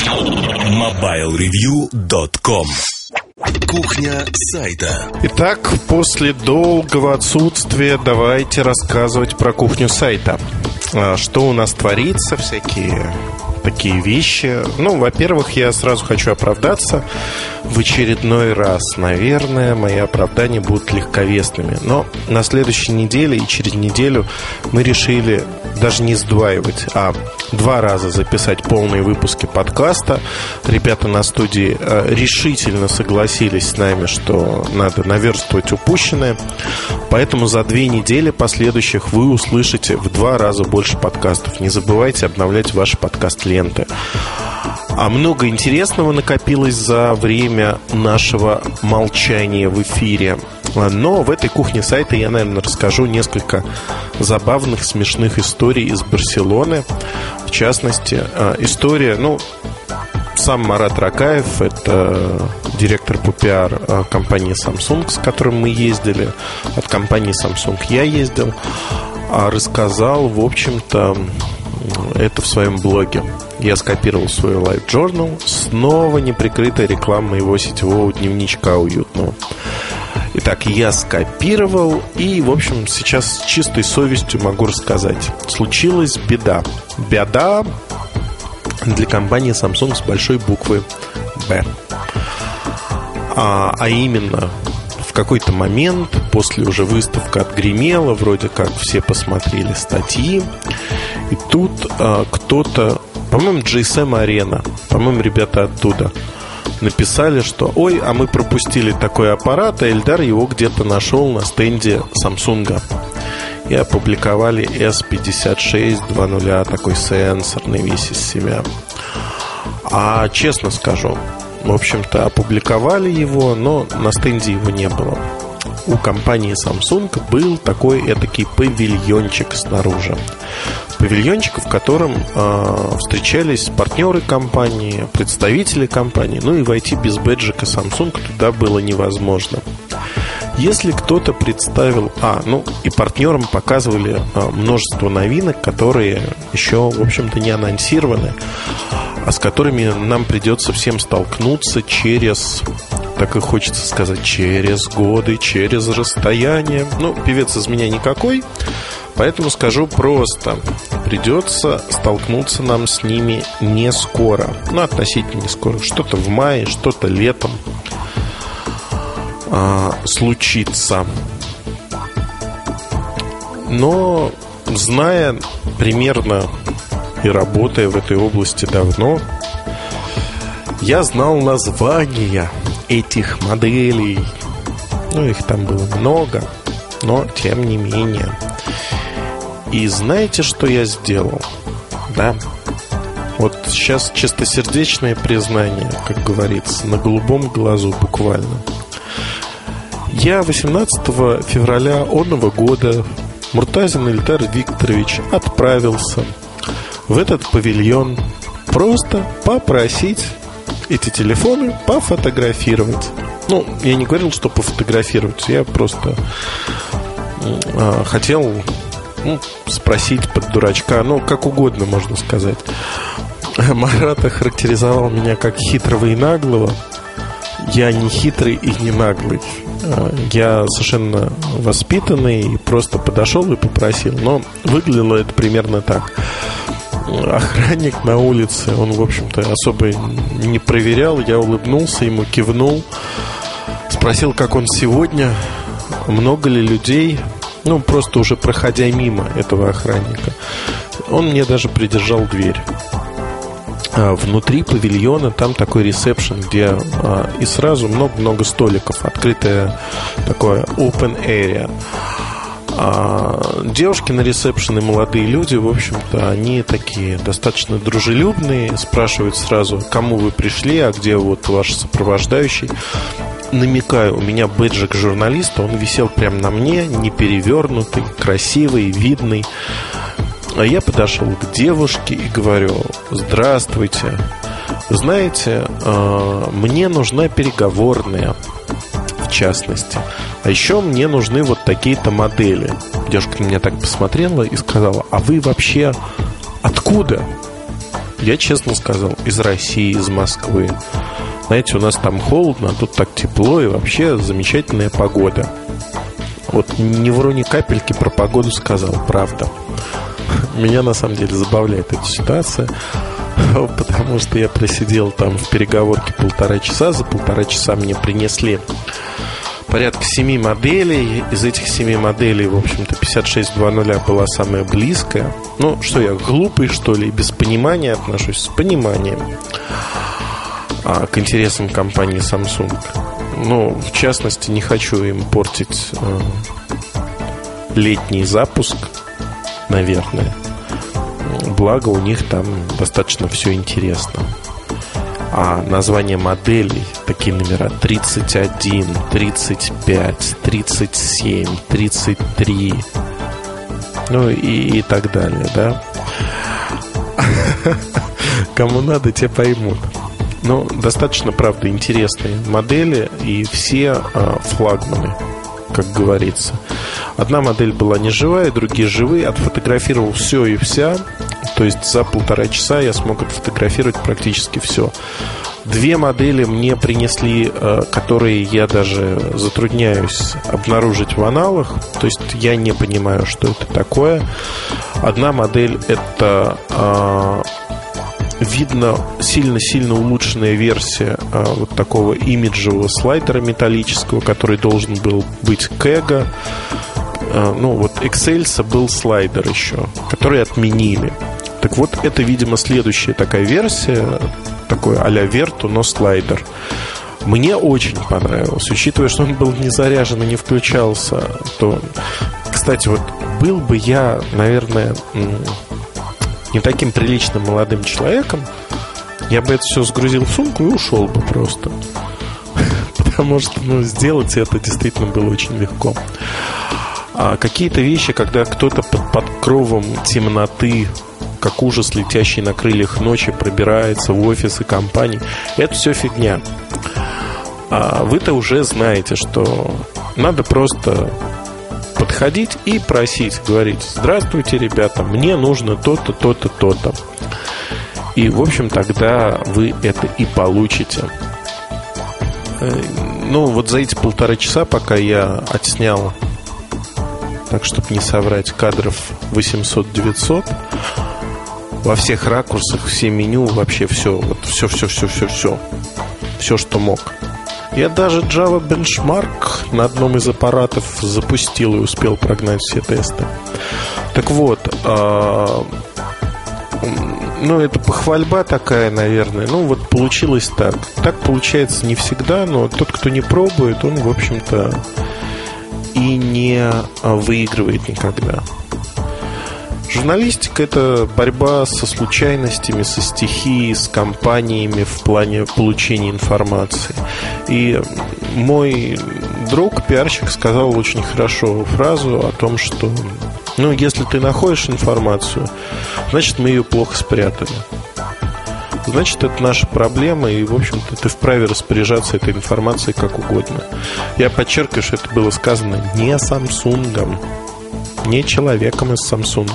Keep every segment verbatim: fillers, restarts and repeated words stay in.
мобайл ревью точка ком. Кухня сайта. Итак, после долгого отсутствия давайте рассказывать про кухню сайта. Что у нас творится, всякие такие вещи. Ну, во-первых, я сразу хочу оправдаться в очередной раз. Наверное, мои оправдания будут легковесными. Но на следующей неделе и через неделю мы решили даже не сдваивать, а два раза записать полные выпуски подкаста. Ребята на студии решительно согласились с нами, что надо наверстывать упущенное. Поэтому за две недели последующих вы услышите в два раза больше подкастов. Не забывайте обновлять ваши подкаст-ленты. А много интересного накопилось за время нашего молчания в эфире. Но в этой кухне сайта я, наверное, расскажу несколько забавных, смешных историй из Барселоны. В частности, история, ну, сам Марат Ракаев, это директор по пиар компании Samsung, с которым мы ездили. От компании Samsung я ездил. Рассказал, в общем-то, это в своем блоге. Я скопировал свой Live Journal. Снова неприкрытая реклама моего сетевого дневничка уютного. Итак, я скопировал и, в общем, сейчас с чистой совестью могу рассказать. Случилась беда. Беда для компании Samsung с большой буквы «Б». А, а именно, в какой-то момент, после уже выставка отгремела, вроде как все посмотрели статьи, и тут а, кто-то, по-моему, джи эс эм Arena, по-моему, ребята оттуда, написали, что ой, а мы пропустили такой аппарат, а Эльдар его где-то нашел на стенде Samsung. И опубликовали эс пятьдесят шесть два ноль, такой сенсорный весь из себя. А честно скажу, в общем-то, опубликовали его, но на стенде его не было. У компании Samsung был такой этакий павильончик снаружи. Павильончик, в котором э, встречались партнеры компании, представители компании. Ну и войти без бэджика Samsung туда было невозможно. Если кто-то представил... А, ну и партнерам показывали а, множество новинок, которые еще, в общем-то, не анонсированы, а с которыми нам придется всем столкнуться через... Так и хочется сказать, через годы, через расстояние. Ну, певец из меня никакой, поэтому скажу просто. Придется столкнуться нам с ними не скоро. Ну, относительно не скоро. Что-то в мае, что-то летом случится. Но, зная примерно и работая в этой области давно, я знал названия этих моделей. Ну, их там было много, но тем не менее. И знаете, что я сделал? Да. Вот сейчас чистосердечное признание, как говорится, на голубом глазу буквально. Я восемнадцатого февраля оного года, Муртазин Эльдар Викторович, отправился в этот павильон просто попросить эти телефоны пофотографировать. Ну, я не говорил, что пофотографировать, я просто э, хотел ну, спросить под дурачка, ну, как угодно можно сказать. Марат охарактеризовал меня как хитрого и наглого. Я не хитрый и не наглый. Я совершенно воспитанный, просто подошел и попросил. Но выглядело это примерно так. Охранник на улице, он, в общем-то, особо не проверял. Я улыбнулся, ему кивнул, спросил, как он сегодня, много ли людей. Ну, просто уже проходя мимо этого охранника, он мне даже придержал дверь. Внутри павильона там такой ресепшн, где а, и сразу много-много столиков. Открытое такое open area. а, Девушки на ресепшене, молодые люди, в общем-то, они такие достаточно дружелюбные. Спрашивают сразу, кому вы пришли, а где вот ваш сопровождающий. Намекаю, у меня бэджик журналиста, он висел прямо на мне, не перевернутый, красивый, видный. А я подошел к девушке и говорю: здравствуйте, знаете, мне нужна переговорная, в частности. А еще мне нужны вот такие-то модели. Девушка на меня так посмотрела и сказала: а вы вообще откуда? Я честно сказал, из России, из Москвы. Знаете, у нас там холодно, а тут так тепло и вообще замечательная погода. Вот не вру ни капельки, про погоду сказал, правда. Меня на самом деле забавляет эта ситуация, потому что я просидел там в переговорке полтора часа. За полтора часа мне принесли порядка семи моделей. Из этих семи моделей, в общем-то, пятьдесят шесть двадцать была самая близкая. Ну, что я, глупый, что ли, без понимания отношусь? С пониманием а, к интересам компании Samsung. Ну, в частности, не хочу им портить э, летний запуск, наверное. Благо, у них там достаточно все интересно. А названия моделей, такие номера: тридцать один, тридцать пять, тридцать семь, тридцать три, ну и, и так далее, да. Кому надо, те поймут. Ну, достаточно, правда, интересные модели. И все а, флагманы, как говорится. Одна модель была неживая, другие живые. Отфотографировал все и вся. То есть за полтора часа я смог отфотографировать практически все. Две модели мне принесли, которые я даже затрудняюсь обнаружить в аналах. То есть я не понимаю, что это такое. Одна модель — это, видно, сильно-сильно улучшенная версия вот такого имиджевого слайдера металлического, который должен был быть Кэга. Ну вот Excelsa был слайдер еще, который отменили. Так вот, это, видимо, следующая такая версия, такой а-ля Верту, но слайдер. Мне очень понравилось. Учитывая, что он был не заряжен и не включался, то, кстати, вот был бы я, наверное, не таким приличным молодым человеком, я бы это все сгрузил в сумку и ушел бы просто. Потому что, ну, сделать это действительно было очень легко. А какие-то вещи, когда кто-то под покровом темноты, как ужас, летящий на крыльях ночи, пробирается в офисы компаний, это все фигня. А вы-то уже знаете, что надо просто подходить и просить, говорить: здравствуйте, ребята, мне нужно то-то, то-то, то-то. И, в общем, тогда вы это и получите. Ну, вот за эти полтора часа, пока я отснял, так, чтобы не соврать, кадров восемьсот-девятьсот, во всех ракурсах, все меню, вообще все, вот все, все, все, все, все, все, что мог. Я даже Java Benchmark на одном из аппаратов запустил и успел прогнать все тесты. Так вот, э, ну, это похвальба такая, наверное. Ну, вот получилось так. Так получается не всегда, но тот, кто не пробует, он, в общем-то, и не выигрывает никогда. Журналистика — это борьба со случайностями, со стихией, с компаниями в плане получения информации. И мой друг, пиарщик, сказал очень хорошо фразу о том, что, ну, если ты находишь информацию, значит, мы ее плохо спрятали. Значит, это наша проблема, и, в общем-то, ты вправе распоряжаться этой информацией как угодно. Я подчеркиваю, что это было сказано не Samsung, не человеком из Samsung.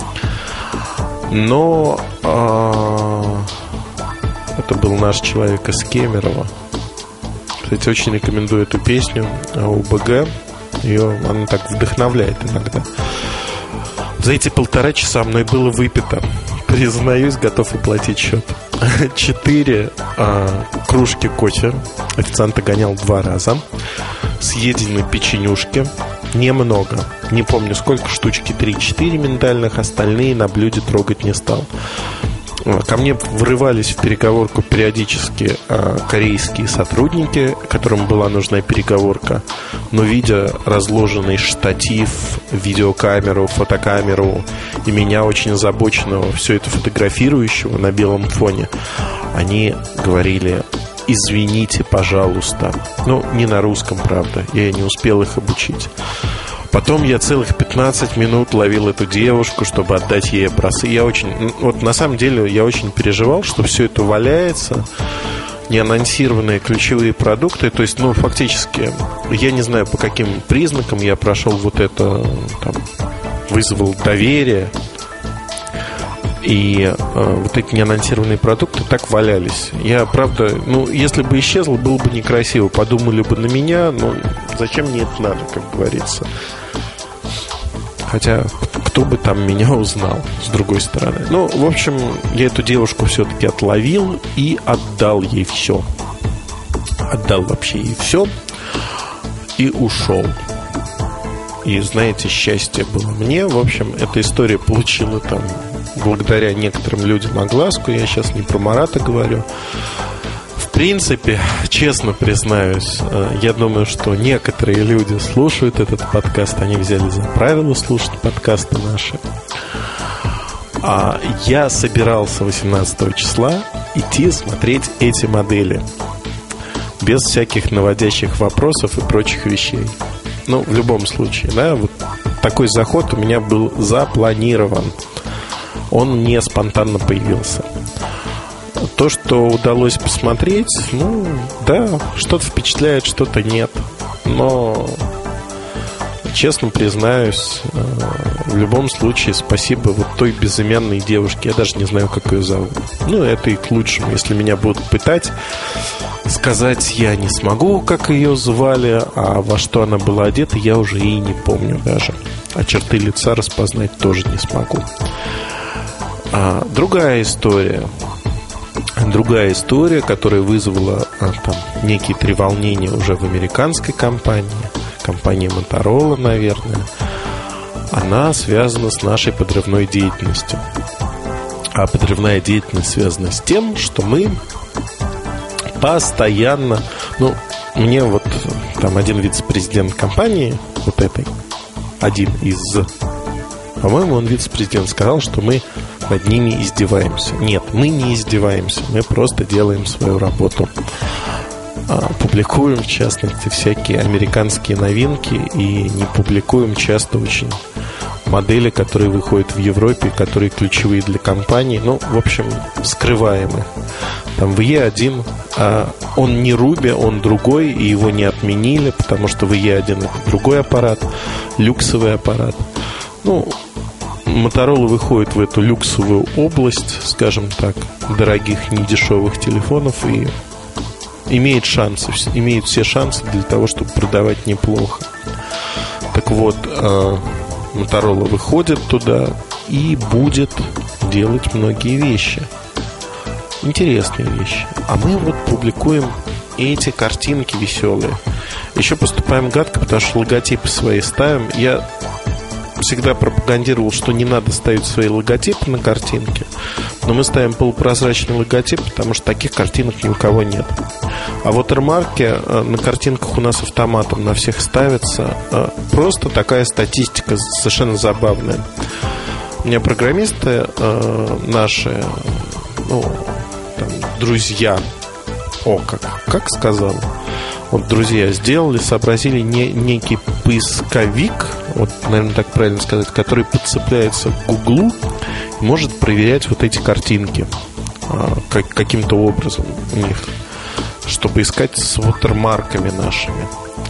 Но а, это был наш человек из Кемерово. Кстати, очень рекомендую эту песню ОБГ. Ее, она так вдохновляет иногда. За эти полтора часа мной было выпито, признаюсь, готов уплатить счет, четыре а, кружки кофе. Официанта гонял два раза. Съедены печенюшки. Немного. Не помню сколько, штучки три-четыре миндальных. Остальные на блюде трогать не стал. Ко мне врывались в переговорку периодически а, корейские сотрудники, которым была нужна переговорка. Но видя разложенный штатив, видеокамеру, фотокамеру и меня, очень озабоченного, все это фотографирующего на белом фоне, они говорили: извините, пожалуйста. Ну, не на русском, правда. Я не успел их обучить. Потом я целых пятнадцать минут ловил эту девушку, чтобы отдать ей образцы. Я очень, вот на самом деле, я очень переживал, что все это валяется, неанонсированные ключевые продукты. То есть, ну, фактически, я не знаю, по каким признакам я прошел вот это, там, вызвал доверие. И э, вот эти неанонсированные продукты так валялись. Я, правда, ну, если бы исчезло, было бы некрасиво. Подумали бы на меня, но зачем мне это надо, как говорится. Хотя, кто бы там меня узнал, с другой стороны. Ну, в общем, я эту девушку все-таки отловил и отдал ей все. Отдал вообще ей все и ушел. И, знаете, счастье было мне. В общем, эта история получила там, благодаря некоторым людям, огласку. Я сейчас не про Марата говорю. В принципе, честно признаюсь, я думаю, что некоторые люди слушают этот подкаст. Они взяли за правило слушать подкасты наши. А я собирался восемнадцатого числа идти смотреть эти модели без всяких наводящих вопросов и прочих вещей. Ну, в любом случае, да, вот такой заход у меня был запланирован. Он не спонтанно появился. То, что удалось посмотреть, ну, да, что-то впечатляет, что-то нет. Но, честно признаюсь, в любом случае, спасибо вот той безымянной девушке. Я даже не знаю, как ее зовут. Ну, это и к лучшему. Если меня будут пытать, сказать я не смогу, как ее звали, а во что она была одета, я уже и не помню даже. А черты лица распознать тоже не смогу. А, другая история. Другая история, которая вызвала а, там, некие треволнения уже в американской компании, компании Motorola, наверное. Она связана с нашей подрывной деятельностью. А подрывная деятельность связана с тем, что мы постоянно, ну, мне вот там один вице-президент компании, вот этой, один из, по-моему, он вице-президент, сказал, что мы над ними издеваемся. Нет, мы не издеваемся, мы просто делаем свою работу. Публикуем, в частности, всякие американские новинки и не публикуем часто очень модели, которые выходят в Европе, которые ключевые для компании. Ну, в общем, скрываем их. Там в и один а, он не Ruby, он другой, и его не отменили, потому что в и один это другой аппарат, люксовый аппарат. Ну, Motorola выходит в эту люксовую область, скажем так, дорогих, недешевых телефонов и имеет шансы, имеет все шансы для того, чтобы продавать неплохо. Так вот, Motorola выходит туда и будет делать многие вещи, интересные вещи. А мы вот публикуем эти картинки веселые. Еще поступаем гадко, потому что логотипы свои ставим. Я всегда пропагандировал, что не надо ставить свои логотипы на картинке, но мы ставим полупрозрачный логотип, потому что таких картинок ни у кого нет. А вотермарки на картинках у нас автоматом на всех ставятся. Просто такая статистика совершенно забавная. У меня программисты наши, ну, там, друзья, о, как, как сказал, вот друзья сделали, сообразили не, некий поисковик, вот, наверное, так правильно сказать, который подцепляется к Гуглу и может проверять вот эти картинки а, как, каким-то образом у них, чтобы искать с вотермарками нашими.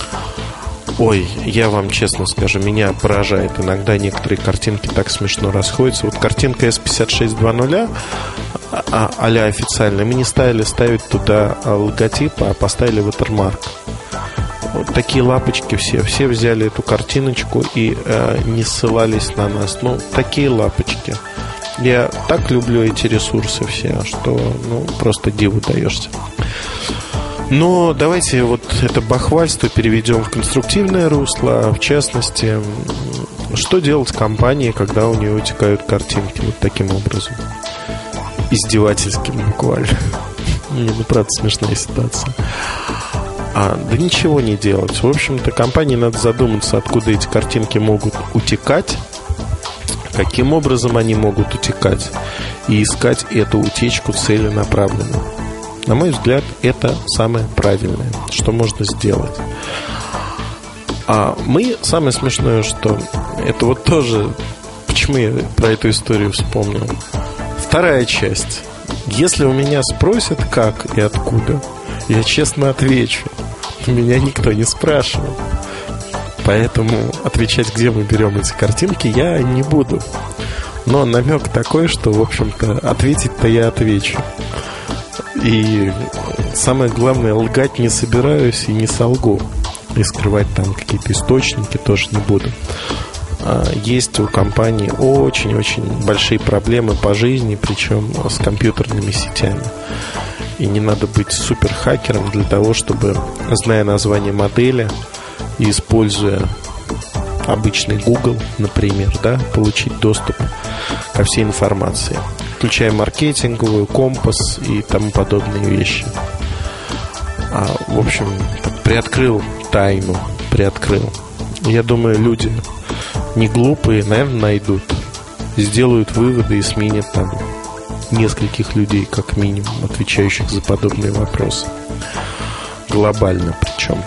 Ой, я вам честно скажу, меня поражает. Иногда некоторые картинки так смешно расходятся. Вот картинка эс пятьдесят шесть двадцать, а, а-ля официальная, мы не стали ставить туда логотип, а поставили watermark. Вот такие лапочки все. Все взяли эту картиночку и э, не ссылались на нас. Ну, такие лапочки. Я так люблю эти ресурсы все, что, ну, просто диву даешься. Но давайте вот это бахвальство переведем в конструктивное русло. В частности, что делать компании, когда у нее утекают картинки вот таким образом? Издевательским буквально. Не, ну правда смешная ситуация. А, да ничего не делать. В общем-то, компании надо задуматься, откуда эти картинки могут утекать, каким образом они могут утекать, и искать эту утечку целенаправленно. На мой взгляд, это самое правильное, что можно сделать. А мы, самое смешное, что это вот тоже, почему я про эту историю вспомнил. Вторая часть. Если у меня спросят, как и откуда, я честно отвечу. Меня никто не спрашивал. Поэтому отвечать, где мы берем эти картинки, я не буду. Но намек такой, что, в общем-то, ответить-то я отвечу. И самое главное, лгать не собираюсь и не солгу. И скрывать там какие-то источники тоже не буду. Есть у компании очень-очень большие проблемы по жизни, причем с компьютерными сетями. И не надо быть суперхакером для того, чтобы, зная название модели и используя обычный Google, например, да, получить доступ ко всей информации, включая маркетинговую, компас и тому подобные вещи. А, в общем, приоткрыл тайну, приоткрыл. Я думаю, люди не глупые, наверное, найдут, сделают выводы и сменят там нескольких людей, как минимум, отвечающих за подобные вопросы. Глобально причем.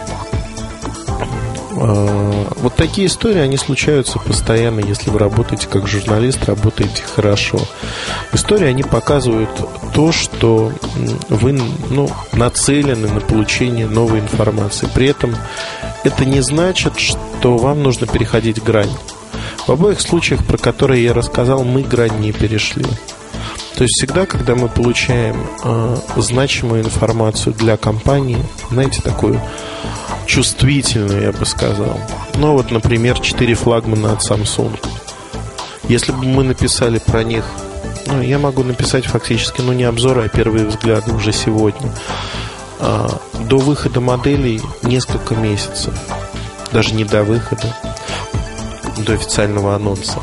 Вот такие истории, они случаются постоянно, если вы работаете как журналист, работаете хорошо. Истории, они показывают то, что вы, ну, нацелены на получение новой информации. При этом это не значит, что вам нужно переходить грань. В обоих случаях, про которые я рассказал, мы грань не перешли. То есть всегда, когда мы получаем э, значимую информацию для компании, знаете, такую чувствительную, я бы сказал. Ну вот, например, четыре флагмана от Samsung. Если бы мы написали про них, ну, я могу написать фактически, ну, не обзоры, а первые взгляды уже сегодня. э, До выхода моделей несколько месяцев. Даже не до выхода, до официального анонса.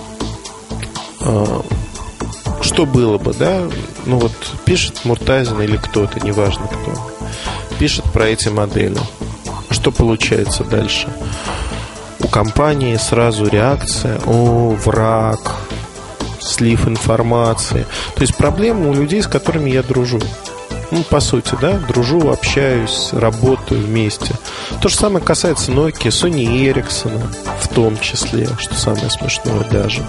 э, Что было бы, да? Ну вот пишет Муртазин или кто-то, неважно кто, пишет про эти модели. Что получается дальше? У компании сразу реакция: о, враг, слив информации. То есть проблема у людей, с которыми я дружу. Ну, по сути, да, дружу, общаюсь, работаю вместе. То же самое касается Nokia, Sony Ericsson, в том числе, что самое смешное даже,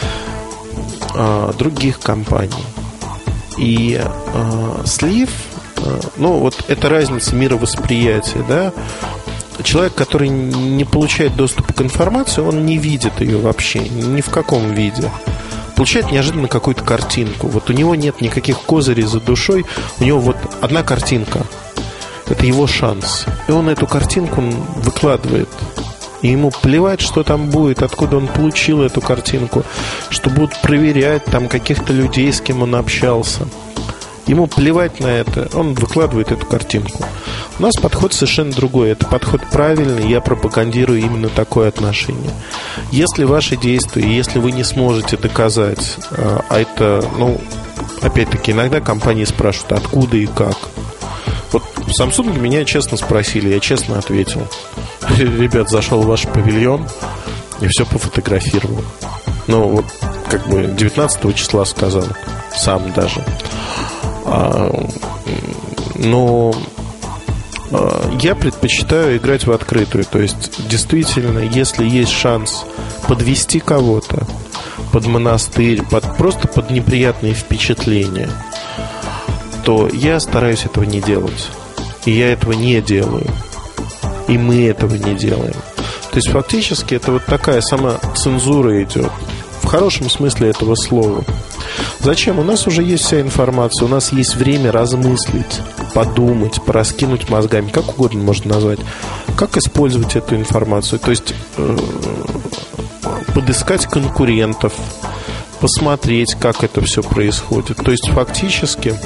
других компаний. И э, слив, э, ну вот это разница мировосприятия, да. Человек, который не получает доступ к информации, он не видит ее вообще, ни в каком виде. Получает неожиданно какую-то картинку. Вот у него нет никаких козырей за душой. У него вот одна картинка. Это его шанс. И он эту картинку выкладывает. И ему плевать, что там будет, откуда он получил эту картинку, что будут проверять там каких-то людей, с кем он общался. Ему плевать на это, он выкладывает эту картинку. У нас подход совершенно другой. Это подход правильный, я пропагандирую именно такое отношение. Если ваши действия, если вы не сможете доказать, а это, ну, опять-таки, иногда компании спрашивают, откуда и как. Вот в Samsung меня честно спросили, я честно ответил. Ребят, зашел в ваш павильон и все пофотографировал. Ну, вот, как бы девятнадцатого числа сказал, сам даже. а, Но а, я предпочитаю играть в открытую. То есть, действительно, если есть шанс подвести кого-то под монастырь, под, просто под неприятные впечатления, то я стараюсь этого не делать. И я этого не делаю. И мы этого не делаем. То есть фактически это вот такая самоцензура идет, в хорошем смысле этого слова. Зачем? У нас уже есть вся информация. У нас есть время размыслить, подумать, пораскинуть мозгами, как угодно можно назвать. Как использовать эту информацию. То есть э, подыскать конкурентов, посмотреть, как это все происходит. То есть фактически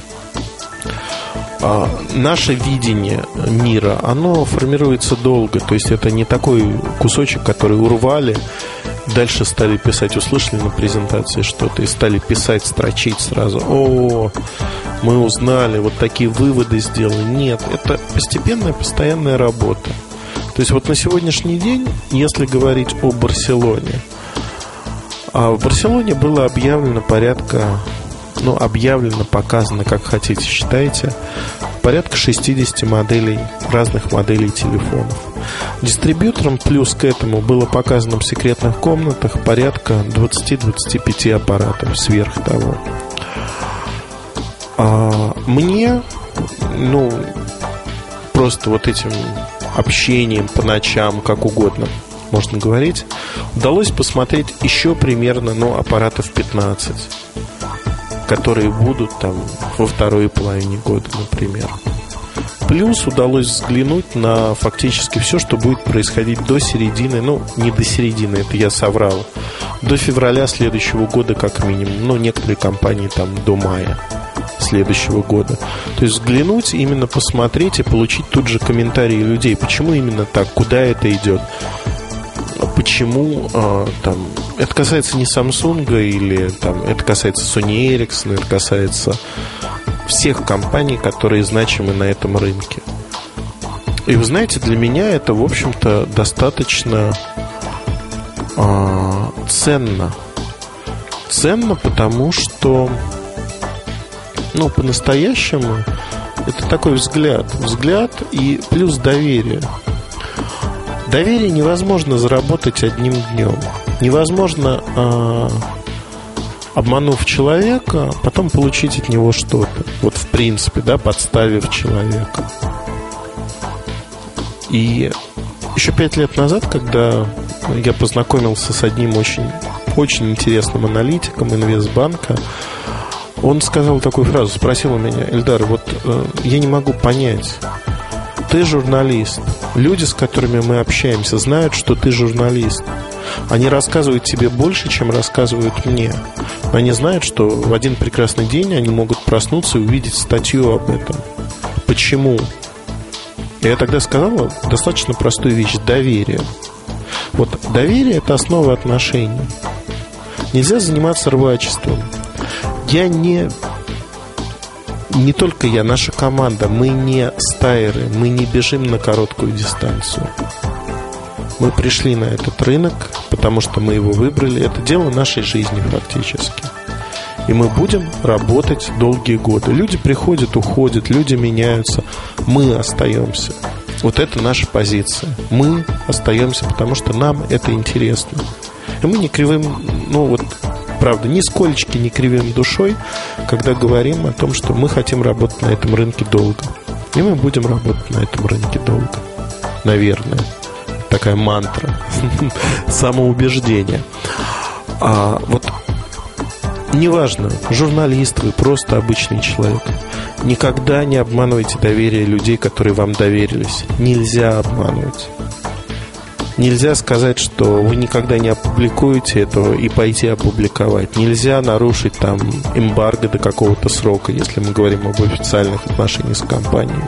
наше видение мира, оно формируется долго. То есть это не такой кусочек, который урвали, дальше стали писать. Услышали на презентации что-то и стали писать, строчить сразу. О, мы узнали, вот такие выводы сделали. Нет, это постепенная, постоянная работа. То есть вот на сегодняшний день, если говорить о Барселоне, в Барселоне было объявлено порядка, ну, объявлено, показано, как хотите, считайте, порядка шестьдесят моделей, разных моделей телефонов. Дистрибьюторам плюс к этому было показано в секретных комнатах порядка двадцать-двадцать пять аппаратов, сверх того. А мне, ну, просто вот этим общением по ночам, как угодно, можно говорить, удалось посмотреть еще примерно, ну, аппаратов пятнадцать, которые будут там во второй половине года, например. Плюс удалось взглянуть на фактически все, что будет происходить до середины, ну, не до середины, это я соврал, до февраля следующего года как минимум. Ну, некоторые компании там до мая следующего года. То есть взглянуть, именно посмотреть и получить тут же комментарии людей. Почему именно так? Куда это идет? Почему э, там, это касается не Samsung или там, это касается Sony Ericsson, это касается всех компаний, которые значимы на этом рынке. И вы знаете, для меня это, в общем-то, достаточно э, ценно. Ценно, потому что, ну, по-настоящему это такой взгляд. Взгляд и плюс доверие. Доверие невозможно заработать одним днем. Невозможно, э, обманув человека, потом получить от него что-то. Вот в принципе, да, подставив человека. И еще пять лет назад, когда я познакомился с одним очень, очень интересным аналитиком инвестбанка, он сказал такую фразу, спросил у меня: Эльдар, вот э, я не могу понять, ты журналист, люди, с которыми мы общаемся, знают, что ты журналист. Они рассказывают тебе больше, чем рассказывают мне. Они знают, что в один прекрасный день они могут проснуться и увидеть статью об этом. Почему? И я тогда сказал достаточно простую вещь: доверие. Вот доверие – это основа отношений. Нельзя заниматься рвачеством. Я не... Не только я, наша команда, мы не стайеры, мы не бежим на короткую дистанцию. Мы пришли на этот рынок, потому что мы его выбрали. Это дело нашей жизни фактически. И мы будем работать долгие годы. Люди приходят, уходят, люди меняются. Мы остаемся. Вот это наша позиция. Мы остаемся, потому что нам это интересно. И мы не кривым, ну вот, правда, ни сколечки не кривим душой, когда говорим о том, что мы хотим работать на этом рынке долго. И мы будем работать на этом рынке долго. Наверное. Такая мантра. Самоубеждение. А вот неважно, журналист вы, просто обычный человек, никогда не обманывайте доверие людей, которые вам доверились. Нельзя обманывать. Нельзя сказать, что вы никогда не опубликуете этого и пойти опубликовать. Нельзя нарушить там эмбарго до какого-то срока, если мы говорим об официальных отношениях с компанией.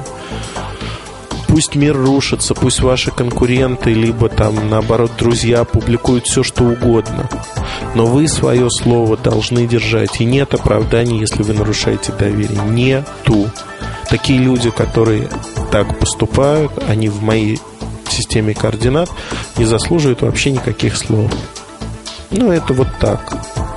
Пусть мир рушится, пусть ваши конкуренты, либо там, наоборот, друзья публикуют все, что угодно. Но вы свое слово должны держать. И нет оправданий, если вы нарушаете доверие. Нету. Такие люди, которые так поступают, они в моей системе координат не заслуживают вообще никаких слов. Ну, это вот так.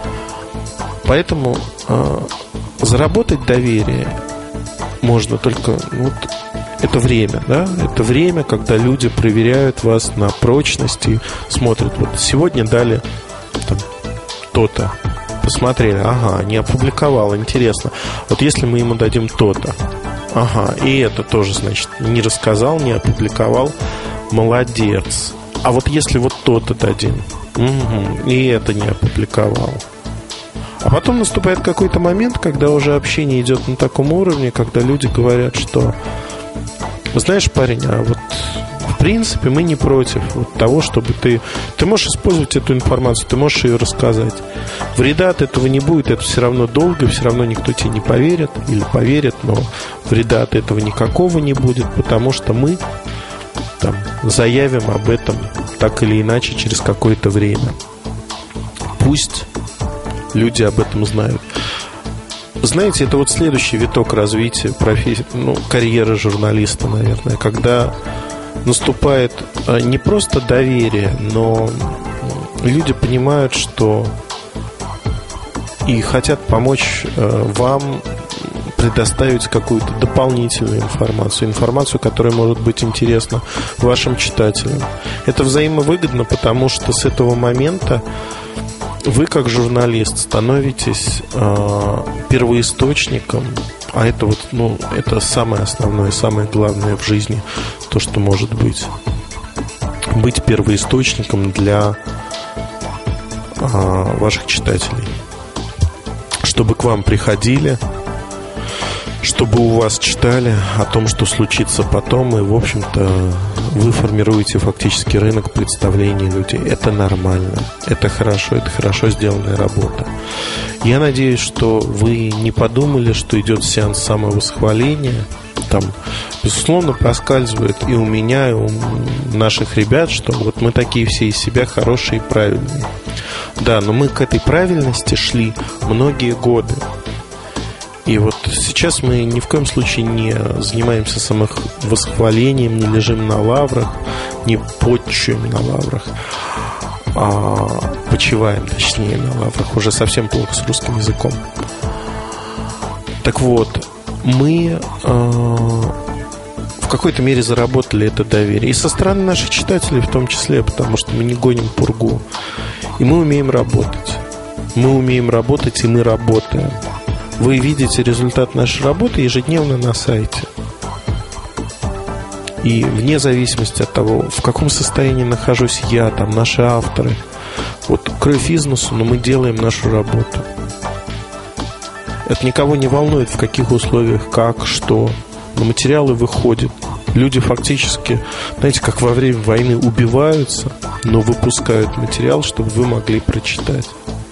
Поэтому э, заработать доверие можно только... Вот, это время, да? Это время, когда люди проверяют вас на прочность и смотрят. Вот сегодня дали там, то-то. Посмотрели, ага, не опубликовал, интересно. Вот если мы ему дадим то-то, ага, и это тоже, значит, не рассказал, не опубликовал, молодец. А вот если вот то-то дадим, угу, и это не опубликовал. А потом наступает какой-то момент, когда уже общение идет на таком уровне, когда люди говорят, что знаешь, парень, а вот в принципе мы не против вот того, чтобы ты... Ты можешь использовать эту информацию, ты можешь ее рассказать. Вреда от этого не будет, это все равно долго, все равно никто тебе не поверит или поверит, но вреда от этого никакого не будет, потому что мы там заявим об этом так или иначе через какое-то время. Пусть люди об этом знают. Знаете, это вот следующий виток развития профессии, ну, карьеры журналиста, наверное, когда наступает не просто доверие, но люди понимают, что и хотят помочь вам предоставить какую-то дополнительную информацию, информацию, которая может быть интересна вашим читателям. Это взаимовыгодно, потому что с этого момента вы, как журналист, становитесь э, первоисточником, а это вот, ну, это самое основное, самое главное в жизни, то, что может быть. быть первоисточником для а, ваших читателей. Чтобы к вам приходили, чтобы у вас читали о том, что случится потом. И, в общем-то, вы формируете фактически рынок представлений людей. Это нормально, это хорошо, это хорошо сделанная работа. Я надеюсь, что вы не подумали, что идет сеанс самовосхваления. Там, безусловно, проскальзывает и у меня, и у наших ребят, что вот мы такие все из себя хорошие и правильные. Да, но мы к этой правильности шли многие годы. И вот сейчас мы ни в коем случае не занимаемся самовосхвалением, не лежим на лаврах, не почуем на лаврах, а почиваем, точнее, на лаврах. Уже совсем плохо с русским языком. Так вот, мы э, в какой-то мере заработали это доверие. И со стороны наших читателей в том числе, потому что мы не гоним пургу. И мы умеем работать. Мы умеем работать, и мы работаем. Вы видите результат нашей работы ежедневно на сайте. И вне зависимости от того, в каком состоянии нахожусь я, там, наши авторы, вот кровь из носу, но мы делаем нашу работу. Это никого не волнует, в каких условиях, как, что. Но материалы выходят. Люди фактически, знаете, как во время войны убиваются, но выпускают материал, чтобы вы могли прочитать.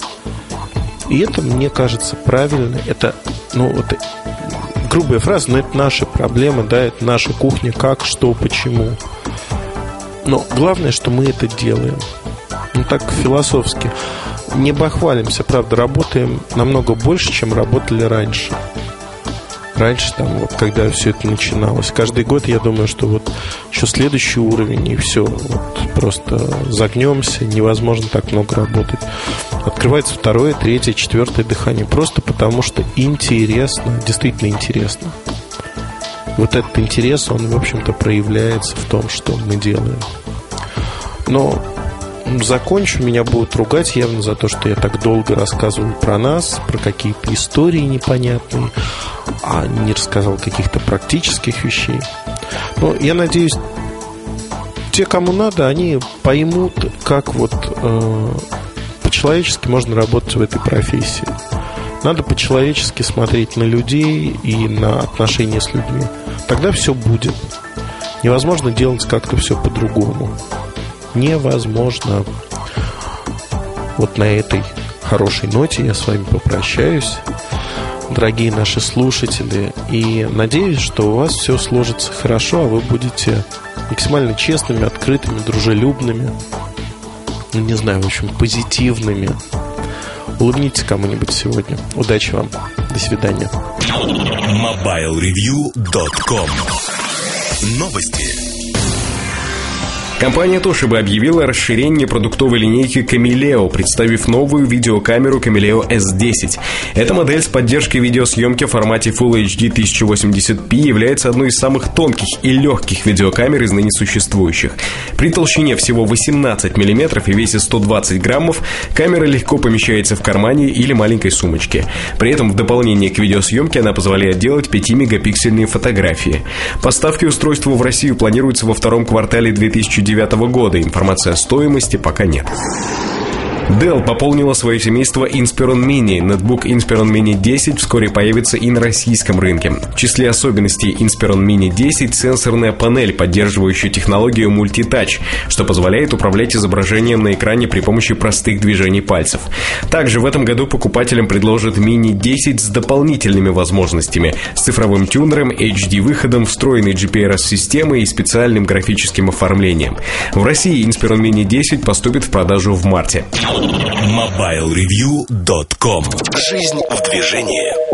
И это, мне кажется, правильно. Это, ну, вот грубая фраза, но это наши проблемы, да, это наша кухня, как, что, почему. Но главное, что мы это делаем. Ну, так философски. Не бахвалимся, правда, работаем намного больше, чем работали раньше. Раньше, там, вот, когда все это начиналось, каждый год я думаю, что вот еще следующий уровень, и все, вот, просто загнемся, невозможно так много работать. Открывается второе, третье, четвертое дыхание. Просто потому что интересно, действительно интересно. Вот этот интерес, он, в общем-то, проявляется в том, что мы делаем. Но закончу, меня будут ругать явно за то, что я так долго рассказывал про нас, про какие-то истории непонятные, а не рассказал каких-то практических вещей. Но я надеюсь, те, кому надо, они поймут, как вот э, по-человечески можно работать в этой профессии. Надо по-человечески смотреть на людей и на отношения с людьми. Тогда все будет. Невозможно делать как-то все по-другому. Невозможно. Вот на этой хорошей ноте я с вами попрощаюсь, дорогие наши слушатели, и надеюсь, что у вас все сложится хорошо, а вы будете максимально честными, открытыми, дружелюбными, ну, не знаю, в общем, позитивными. Улыбнитесь кому-нибудь сегодня. Удачи вам. До свидания. мобайл ревью точка ком. Новости. Компания Toshiba объявила расширение продуктовой линейки Камилео, представив новую видеокамеру Камилео эс десять. Эта модель с поддержкой видеосъемки в формате Full эйч ди тысяча восемьдесят пи является одной из самых тонких и легких видеокамер из ныне существующих. При толщине всего восемнадцать миллиметров и весе сто двадцать граммов камера легко помещается в кармане или маленькой сумочке. При этом в дополнение к видеосъемке она позволяет делать пятимегапиксельные фотографии. Поставки устройства в Россию планируются во втором квартале две тысячи девятого года. Информации о стоимости пока нет. Dell пополнила свое семейство Inspiron Mini. Нетбук Inspiron Mini десять вскоре появится и на российском рынке. В числе особенностей Inspiron Mini десять сенсорная панель, поддерживающая технологию Multi-Touch, что позволяет управлять изображением на экране при помощи простых движений пальцев. Также в этом году покупателям предложат Mini десять с дополнительными возможностями, с цифровым тюнером, эйч ди-выходом, встроенной джи пи ар эс-системой и специальным графическим оформлением. В России Inspiron Mini десять поступит в продажу в марте. мобайл ревью точка ком. Жизнь в движении.